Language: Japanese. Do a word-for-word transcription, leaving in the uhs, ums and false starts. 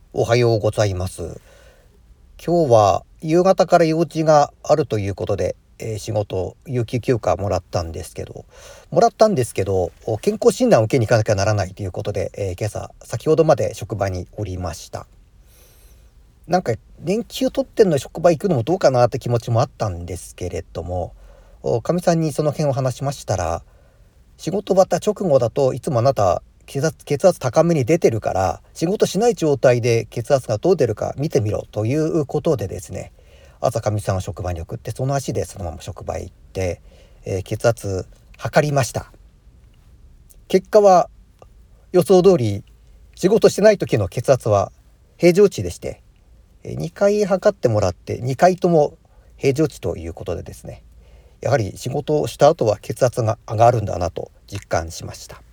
おはようございます。今日は夕方から用事があるということで、えー仕事有給休暇もらったんですけどもらったんですけどお健康診断を受けに行かなきゃならないということで、えー今朝先ほどまで職場におりました。なんか連休取ってんの職場行くのもどうかなって気持ちもあったんですけれども、おかみさんにその辺を話しましたら、仕事終わった直後だといつもあなた血圧、血圧高めに出てるから仕事しない状態で血圧がどう出るか見てみろということでですね、朝かみさんを職場に送って、その足でそのまま職場へ行って、えー血圧測りました。結果は予想通り、仕事してない時の血圧は平常値でして、えーにかい測ってもらってにかいとも平常値ということでですね、やはり仕事をした後は血圧が上がるんだなと実感しました。